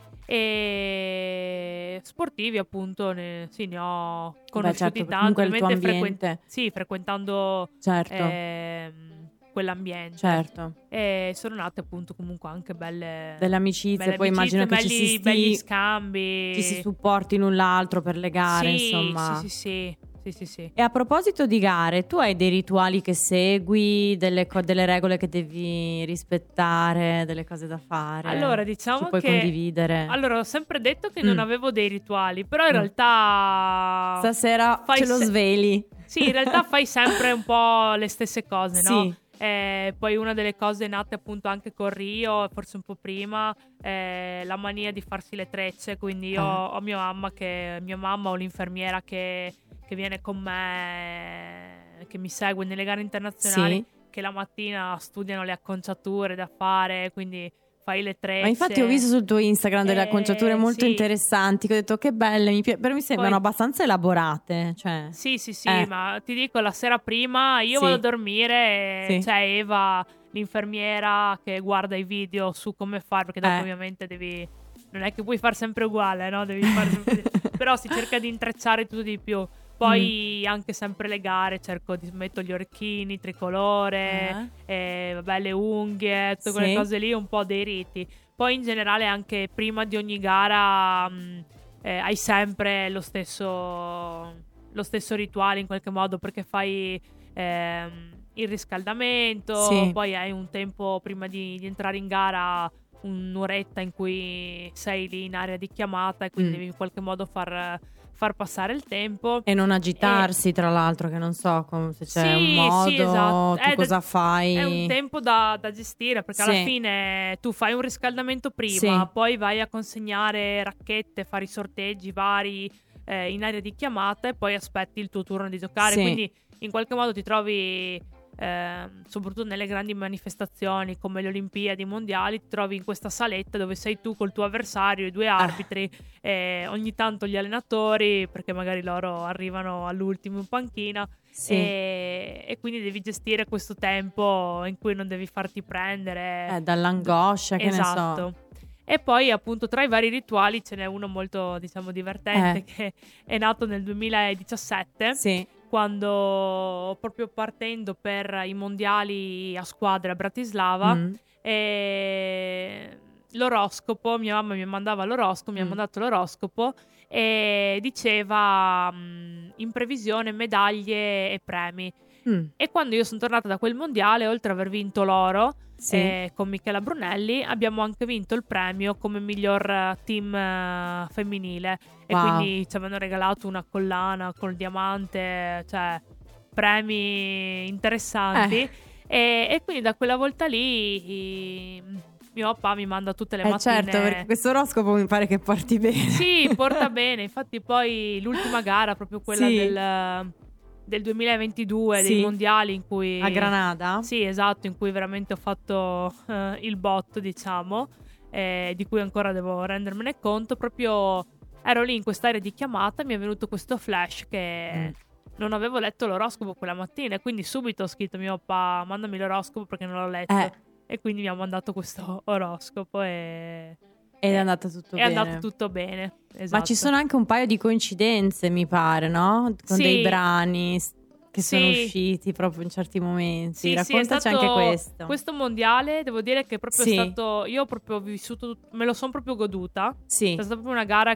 E sportivi appunto ne ho conosciuti certo, comunque tanti, il tuo ovviamente ambiente. frequentando Certo. quell'ambiente. Certo. E sono nate appunto comunque anche belle amicizie, poi immagino che belli scambi, ci si supporti l'un l'altro per le gare, insomma. Sì. E a proposito di gare, tu hai dei rituali che segui, delle regole che devi rispettare, delle cose da fare? Allora, diciamo ci puoi che condividere? Allora, ho sempre detto che non avevo dei rituali, però in realtà stasera ce lo sveli. Sì, in realtà fai sempre un po' le stesse cose, no? Sì. Poi una delle cose nate appunto anche con Rio, forse un po' prima, la mania di farsi le trecce. Quindi io ho mia mamma o l'infermiera che viene con me, che mi segue nelle gare internazionali, Sì. che la mattina studiano le acconciature da fare, quindi fai le trecce. Ma infatti ho visto sul tuo Instagram delle acconciature molto interessanti, che ho detto che belle, però mi sembrano abbastanza elaborate, cioè. Sì, ma ti dico, la sera prima io vado a dormire e c'è Eva, l'infermiera, che guarda i video su come fare, perché dopo ovviamente non è che puoi fare sempre uguale, no? Devi fare sempre però si cerca di intrecciare tutto di più. Poi anche sempre le gare metto gli orecchini tricolore, le unghie, tutte quelle cose lì, un po' dei riti. Poi in generale anche prima di ogni gara hai sempre lo stesso rituale in qualche modo, perché fai il riscaldamento, poi hai un tempo prima di entrare in gara, un'oretta in cui sei lì in area di chiamata, e quindi devi in qualche modo far passare il tempo E non agitarsi, tra l'altro, che non so se c'è un modo, esatto. Tu cosa fai? È un tempo da gestire, perché alla fine tu fai un riscaldamento prima, poi vai a consegnare racchette, fare i sorteggi vari in area di chiamata, e poi aspetti il tuo turno di giocare. Quindi in qualche modo ti trovi soprattutto nelle grandi manifestazioni come le Olimpiadi, i mondiali, ti trovi in questa saletta dove sei tu col tuo avversario, i due arbitri, ogni tanto gli allenatori, perché magari loro arrivano all'ultimo in panchina. Sì. E quindi devi gestire questo tempo in cui non devi farti prendere dall'angoscia, che esatto. ne so. E poi appunto tra i vari rituali ce n'è uno molto, diciamo, divertente che è nato nel 2017, Sì. quando proprio partendo per i mondiali a squadre a Bratislava, e l'oroscopo, mia mamma mi mandava l'oroscopo, mi ha mandato l'oroscopo e diceva in previsione medaglie e premi. E quando io sono tornata da quel mondiale, oltre ad aver vinto l'oro con Michela Brunelli, abbiamo anche vinto il premio come miglior team femminile. E quindi ci avevano regalato una collana col diamante, cioè premi interessanti. E quindi da quella volta lì mio papà mi manda tutte le mattine. Certo, perché questo oroscopo mi pare che porti bene. Sì, porta bene. Infatti poi l'ultima gara, proprio quella del 2022, dei mondiali in cui... A Granada? Sì, esatto, in cui veramente ho fatto il botto, diciamo, di cui ancora devo rendermene conto. Proprio ero lì in quest'area di chiamata, mi è venuto questo flash che... Non avevo letto l'oroscopo quella mattina e quindi subito ho scritto a mio papà: mandami l'oroscopo perché non l'ho letto. E quindi mi ha mandato questo oroscopo ed è andato tutto bene. È andato tutto bene, esatto. Ma ci sono anche un paio di coincidenze, mi pare, no? Con dei brani che sono usciti proprio in certi momenti. Raccontaci anche questo. Questo mondiale, devo dire che proprio è stato... Io ho proprio vissuto... Me lo sono proprio goduta. È stata proprio una gara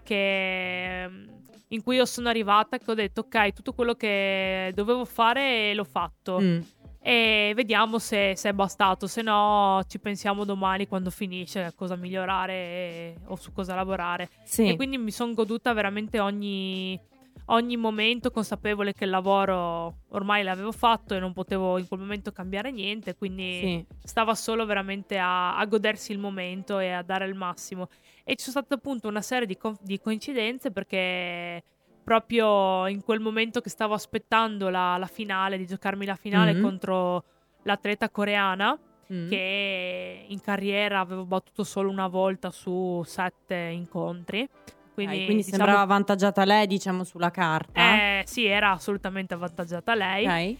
in cui io sono arrivata, che ho detto ok, tutto quello che dovevo fare l'ho fatto e vediamo se è bastato, se no ci pensiamo domani quando finisce a cosa migliorare o su cosa lavorare. E quindi mi sono goduta veramente ogni momento, consapevole che il lavoro ormai l'avevo fatto e non potevo in quel momento cambiare niente, quindi stava solo veramente a godersi il momento e a dare il massimo. E ci sono state appunto una serie di coincidenze, perché proprio in quel momento che stavo aspettando la finale, di giocarmi la finale contro l'atleta coreana, che in carriera avevo battuto solo una volta su 7 incontri. Quindi diciamo, sembrava avvantaggiata lei, diciamo, sulla carta. Sì, era assolutamente avvantaggiata lei.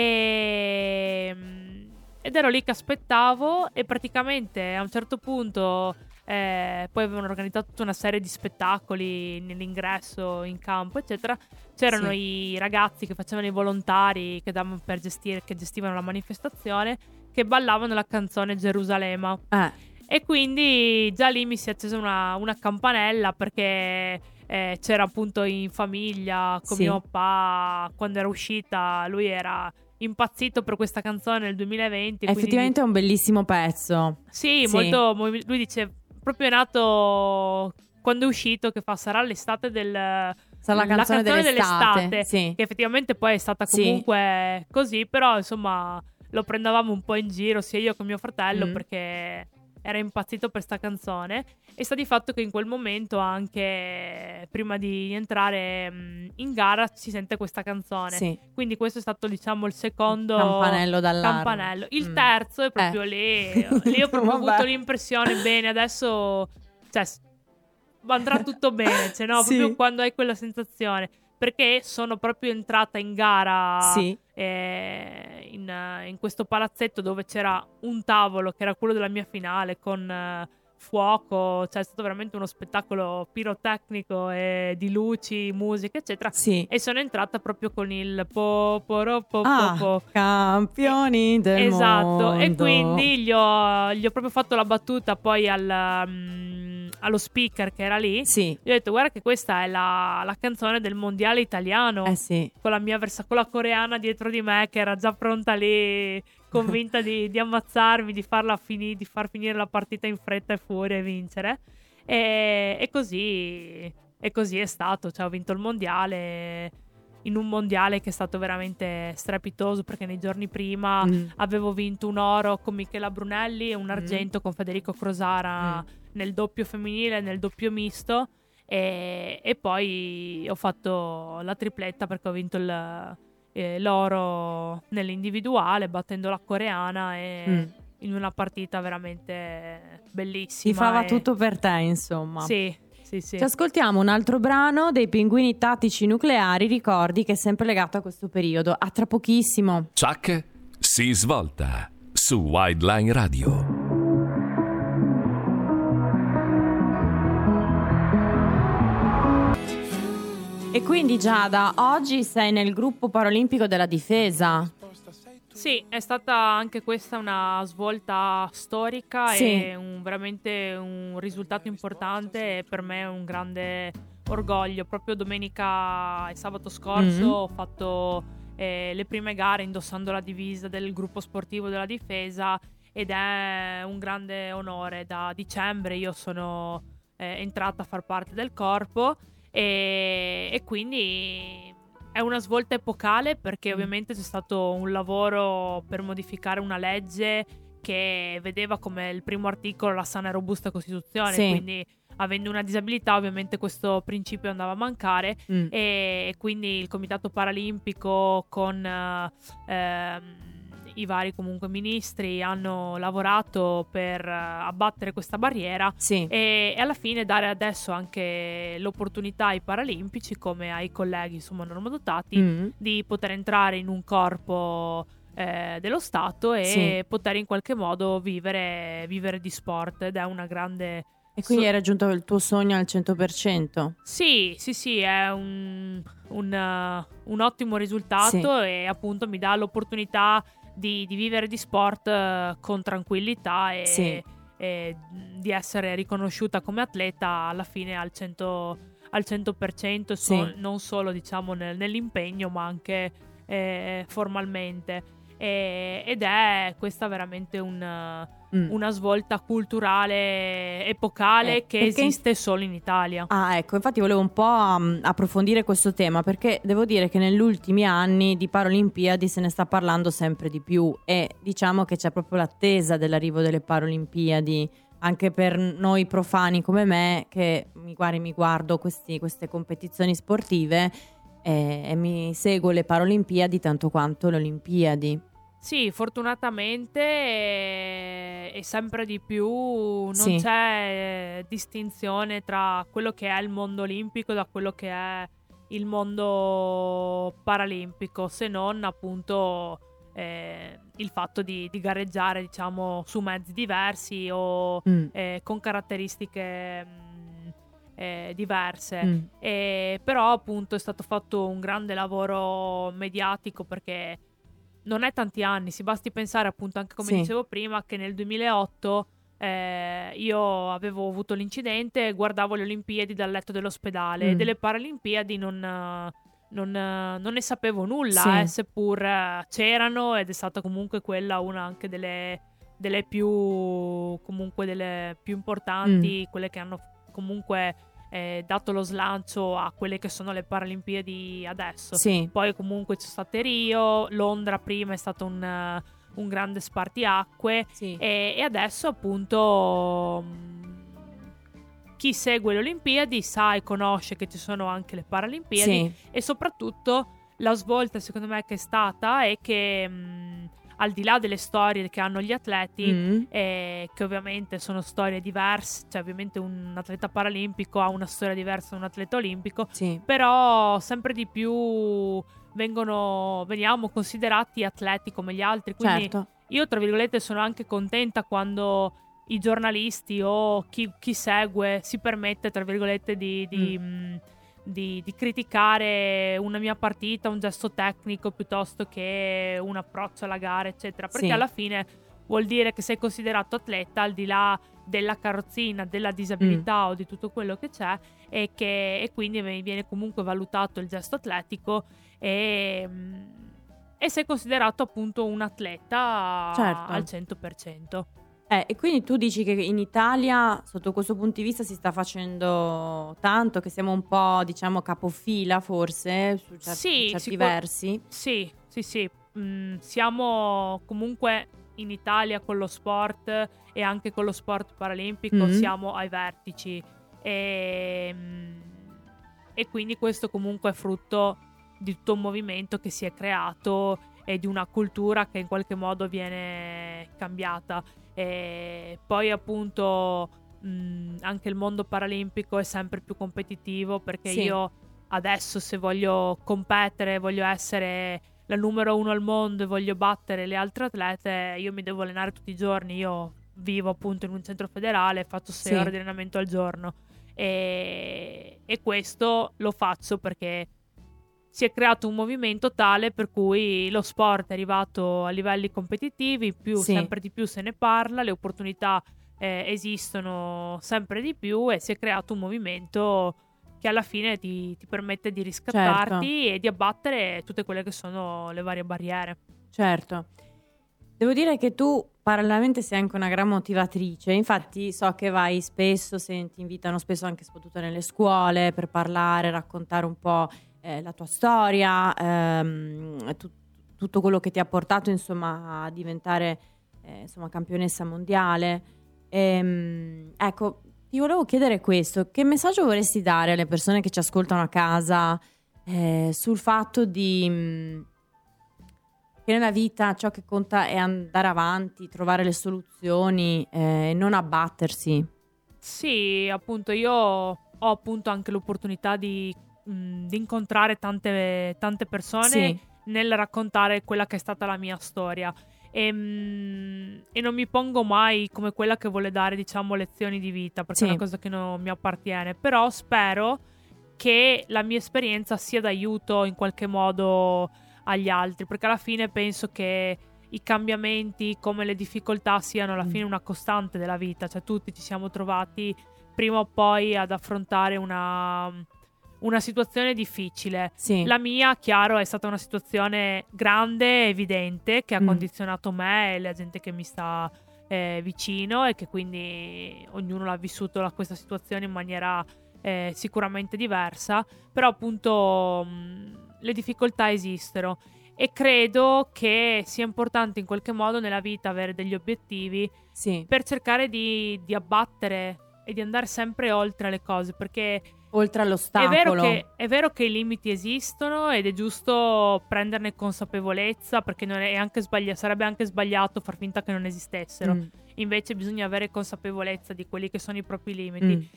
Ed ero lì che aspettavo e praticamente a un certo punto poi avevano organizzato tutta una serie di spettacoli nell'ingresso in campo, eccetera. C'erano i ragazzi che facevano i volontari che gestivano la manifestazione, che ballavano la canzone Gerusalemme. E quindi già lì mi si è accesa una campanella, perché c'era appunto in famiglia con mio papà, quando era uscita lui era impazzito per questa canzone nel 2020. Effettivamente è un bellissimo pezzo. Sì, molto. Lui dice proprio è nato quando è uscito, che sarà l'estate sarà la canzone dell'estate. Che effettivamente poi è stata comunque così, però insomma lo prendevamo un po' in giro sia io che mio fratello, perché era impazzito per sta canzone. E sta di fatto che in quel momento, anche prima di entrare in gara, si sente questa canzone. Quindi questo è stato, diciamo, il secondo campanello d'allarme. Il terzo è proprio lì ho proprio avuto l'impressione, bene, adesso andrà tutto bene, proprio quando hai quella sensazione, perché sono proprio entrata in gara in questo palazzetto dove c'era un tavolo che era quello della mia finale con fuoco, è stato veramente uno spettacolo pirotecnico e di luci, musica, eccetera. E sono entrata proprio con il campioni del mondo. Esatto, e quindi gli ho proprio fatto la battuta poi allo speaker che era lì. Gli ho detto: guarda che questa è la canzone del mondiale italiano. Con la con la coreana dietro di me che era già pronta lì, convinta di ammazzarmi, di far finire la partita in fretta e furia e vincere. E così è stato. Ho vinto il mondiale, in un mondiale che è stato veramente strepitoso, perché nei giorni prima avevo vinto un oro con Michela Brunelli e un argento con Federico Crosara nel doppio femminile e nel doppio misto, e poi ho fatto la tripletta perché ho vinto il l'oro nell'individuale, battendo la coreana in una partita veramente bellissima. Si fava tutto per te, insomma. Sì. Ci ascoltiamo un altro brano dei Pinguini Tattici Nucleari, ricordi, che è sempre legato a questo periodo. A tra pochissimo. Chuck si svolta su Wildline Radio. E quindi Giada, oggi sei nel gruppo paralimpico della difesa. Sì, è stata anche questa una svolta storica e veramente un risultato importante, e per me è un grande orgoglio. Proprio domenica e sabato scorso ho fatto le prime gare indossando la divisa del gruppo sportivo della difesa, ed è un grande onore. Da dicembre io sono entrata a far parte del corpo e quindi è una svolta epocale, perché ovviamente c'è stato un lavoro per modificare una legge che vedeva come il primo articolo la sana e robusta Costituzione, quindi avendo una disabilità ovviamente questo principio andava a mancare, e quindi il Comitato Paralimpico con i vari comunque ministri hanno lavorato per abbattere questa barriera e alla fine dare adesso anche l'opportunità ai paralimpici, come ai colleghi insomma normodotati, di poter entrare in un corpo dello Stato e poter in qualche modo vivere di sport, ed è una grande... E quindi hai raggiunto il tuo sogno al 100%? Sì, è un ottimo risultato e appunto mi dà l'opportunità di vivere di sport con tranquillità e di essere riconosciuta come atleta alla fine al 100%, non solo diciamo nell'impegno, ma anche formalmente. Ed è questa veramente una svolta culturale epocale che esiste solo in Italia. Ecco, infatti volevo un po' approfondire questo tema, perché devo dire che negli ultimi anni di Paralimpiadi se ne sta parlando sempre di più, e diciamo che c'è proprio l'attesa dell'arrivo delle Paralimpiadi anche per noi profani come me, che mi guardo queste competizioni sportive e mi seguo le Paralimpiadi tanto quanto le Olimpiadi. Sì, fortunatamente e sempre di più non c'è distinzione tra quello che è il mondo olimpico da quello che è il mondo paralimpico, se non appunto il fatto di gareggiare diciamo su mezzi diversi o con caratteristiche diverse. Però appunto è stato fatto un grande lavoro mediatico, perché non è tanti anni, si basti pensare appunto anche come dicevo prima che nel 2008 io avevo avuto l'incidente, guardavo le Olimpiadi dal letto dell'ospedale, delle Paralimpiadi non ne sapevo nulla, seppur c'erano, ed è stata comunque quella una anche delle più importanti, quelle che hanno comunque dato lo slancio a quelle che sono le Paralimpiadi adesso. Poi comunque c'è stato Rio, Londra prima è stato un grande spartiacque e adesso appunto chi segue le Olimpiadi sa e conosce che ci sono anche le Paralimpiadi e soprattutto la svolta secondo me che è stata è che al di là delle storie che hanno gli atleti, che ovviamente sono storie diverse, cioè ovviamente un atleta paralimpico ha una storia diversa da un atleta olimpico, però sempre di più veniamo considerati atleti come gli altri, quindi io tra virgolette sono anche contenta quando i giornalisti o chi segue si permette tra virgolette di criticare una mia partita, un gesto tecnico piuttosto che un approccio alla gara eccetera, perché alla fine vuol dire che sei considerato atleta al di là della carrozzina, della disabilità o di tutto quello che c'è, e quindi viene comunque valutato il gesto atletico e sei considerato appunto un atleta al 100%. E quindi tu dici che in Italia sotto questo punto di vista si sta facendo tanto, che siamo un po' diciamo capofila forse su certi versi? Sì. Siamo comunque in Italia con lo sport e anche con lo sport paralimpico siamo ai vertici e quindi questo comunque è frutto di tutto un movimento che si è creato e di una cultura che in qualche modo viene cambiata. E poi appunto anche il mondo paralimpico è sempre più competitivo, perché io adesso, se voglio competere, voglio essere la numero 1 al mondo e voglio battere le altre atlete, io mi devo allenare tutti i giorni. Io vivo appunto in un centro federale, faccio 6 ore di allenamento al giorno e questo lo faccio perché si è creato un movimento tale per cui lo sport è arrivato a livelli competitivi, sempre di più se ne parla, le opportunità esistono sempre di più e si è creato un movimento che alla fine ti permette di riscattarti e di abbattere tutte quelle che sono le varie barriere. Certo. Devo dire che tu parallelamente sei anche una gran motivatrice, infatti so che vai spesso, ti invitano spesso anche soprattutto nelle scuole per parlare, raccontare un po' la tua storia, tutto quello che ti ha portato insomma a diventare campionessa mondiale. Ecco, ti volevo chiedere questo: che messaggio vorresti dare alle persone che ci ascoltano a casa sul fatto che nella vita ciò che conta è andare avanti, trovare le soluzioni e non abbattersi? Sì, appunto io ho appunto anche l'opportunità di incontrare tante persone nel raccontare quella che è stata la mia storia. E non mi pongo mai come quella che vuole dare, diciamo, lezioni di vita, perché è una cosa che non mi appartiene, però spero che la mia esperienza sia d'aiuto in qualche modo agli altri, perché alla fine penso che i cambiamenti come le difficoltà siano alla fine una costante della vita, cioè tutti ci siamo trovati prima o poi ad affrontare una situazione difficile. La mia, chiaro, è stata una situazione grande, evidente, che ha condizionato me e la gente che mi sta vicino, e che quindi ognuno l'ha vissuto questa situazione in maniera sicuramente diversa, però appunto le difficoltà esistono e credo che sia importante in qualche modo nella vita avere degli obiettivi per cercare di abbattere e di andare sempre oltre le cose, perché oltre all'ostacolo è vero che i limiti esistono ed è giusto prenderne consapevolezza, perché non è anche sarebbe anche sbagliato far finta che non esistessero. Invece bisogna avere consapevolezza di quelli che sono i propri limiti,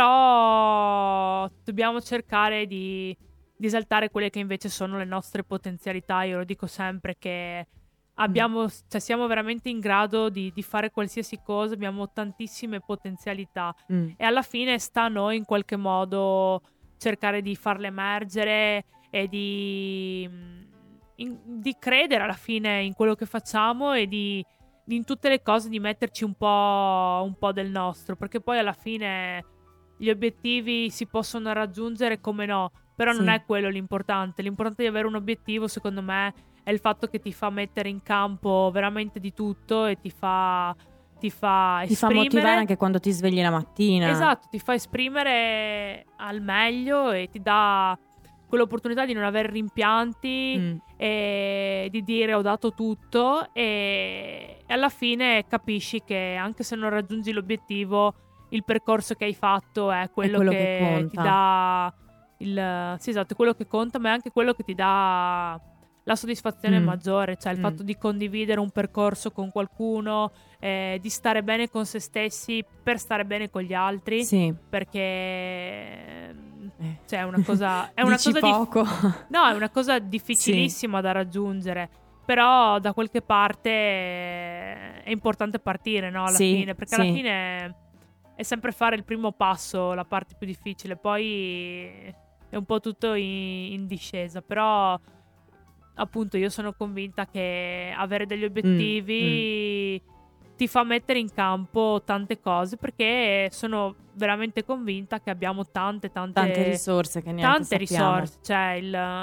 però dobbiamo cercare di esaltare quelle che invece sono le nostre potenzialità. Io lo dico sempre che siamo veramente in grado di fare qualsiasi cosa, abbiamo tantissime potenzialità e alla fine sta a noi in qualche modo cercare di farle emergere e di credere alla fine in quello che facciamo e in tutte le cose di metterci un po' del nostro, perché poi alla fine gli obiettivi si possono raggiungere, come no, però non è quello l'importante di avere un obiettivo, secondo me, è il fatto che ti fa mettere in campo veramente di tutto e ti fa motivare anche quando ti svegli la mattina. Esatto, ti fa esprimere al meglio e ti dà quell'opportunità di non avere rimpianti e di dire ho dato tutto, e alla fine capisci che anche se non raggiungi l'obiettivo, il percorso che hai fatto è quello che conta. Ti dà è quello che conta, ma è anche quello che ti dà la soddisfazione maggiore, cioè il fatto di condividere un percorso con qualcuno, di stare bene con se stessi per stare bene con gli altri, perché cioè è una cosa poco. no, è una cosa difficilissima da raggiungere, però da qualche parte è importante partire, no, alla fine, perché alla fine è sempre fare il primo passo la parte più difficile, poi è un po' tutto in discesa, però appunto io sono convinta che avere degli obiettivi ti fa mettere in campo tante cose, perché sono veramente convinta che abbiamo tante risorse che neanche sappiamo. Risorse, cioè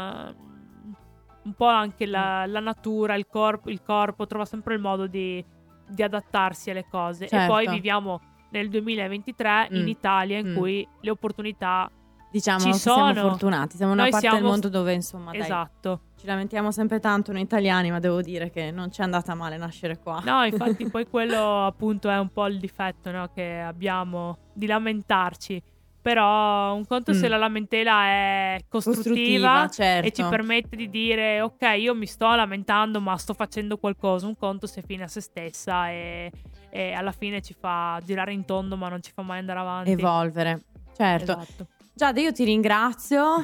un po' anche la natura, il corpo trova sempre il modo di adattarsi alle cose, e poi viviamo nel 2023 in Italia in cui le opportunità, diciamo, ci sono. Siamo fortunati, siamo una parte del mondo dove insomma esatto. Ci lamentiamo sempre tanto noi italiani, ma devo dire che non ci è andata male nascere qua. No, infatti poi quello appunto è un po' il difetto, no, che abbiamo, di lamentarci. Però un conto se la lamentela è costruttiva certo. e ci permette di dire ok, io mi sto lamentando ma sto facendo qualcosa. Un conto se è fine a se stessa e alla fine ci fa girare in tondo ma non ci fa mai andare avanti. Evolvere, certo. Esatto. Giada, io ti ringrazio.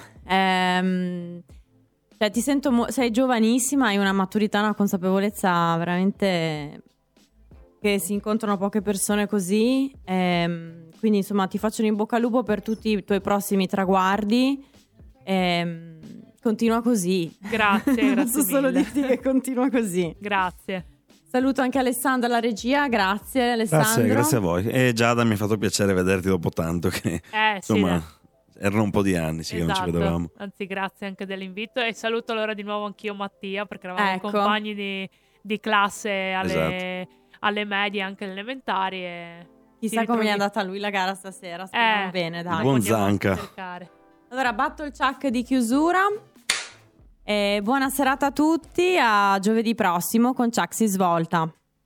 Cioè, ti sento, sei giovanissima, hai una maturità, una consapevolezza veramente che si incontrano poche persone così. Quindi insomma ti faccio un in bocca al lupo per tutti i tuoi prossimi traguardi. Continua così. Grazie, Posso solo dirti che continua così. Grazie. Saluto anche Alessandro alla regia, grazie Alessandro. Grazie a voi. E Giada, mi ha fatto piacere vederti dopo tanto che insomma erano un po' di anni che non ci vedevamo. Anzi, grazie anche dell'invito e saluto allora di nuovo anch'io Mattia, perché eravamo compagni di classe alle medie, anche alle elementari e chissà come è andata a lui la gara stasera. Speriamo bene, dai. Buon Zanca. Allora batto il ciak di chiusura e buona serata a tutti, a giovedì prossimo con Ciak si svolta.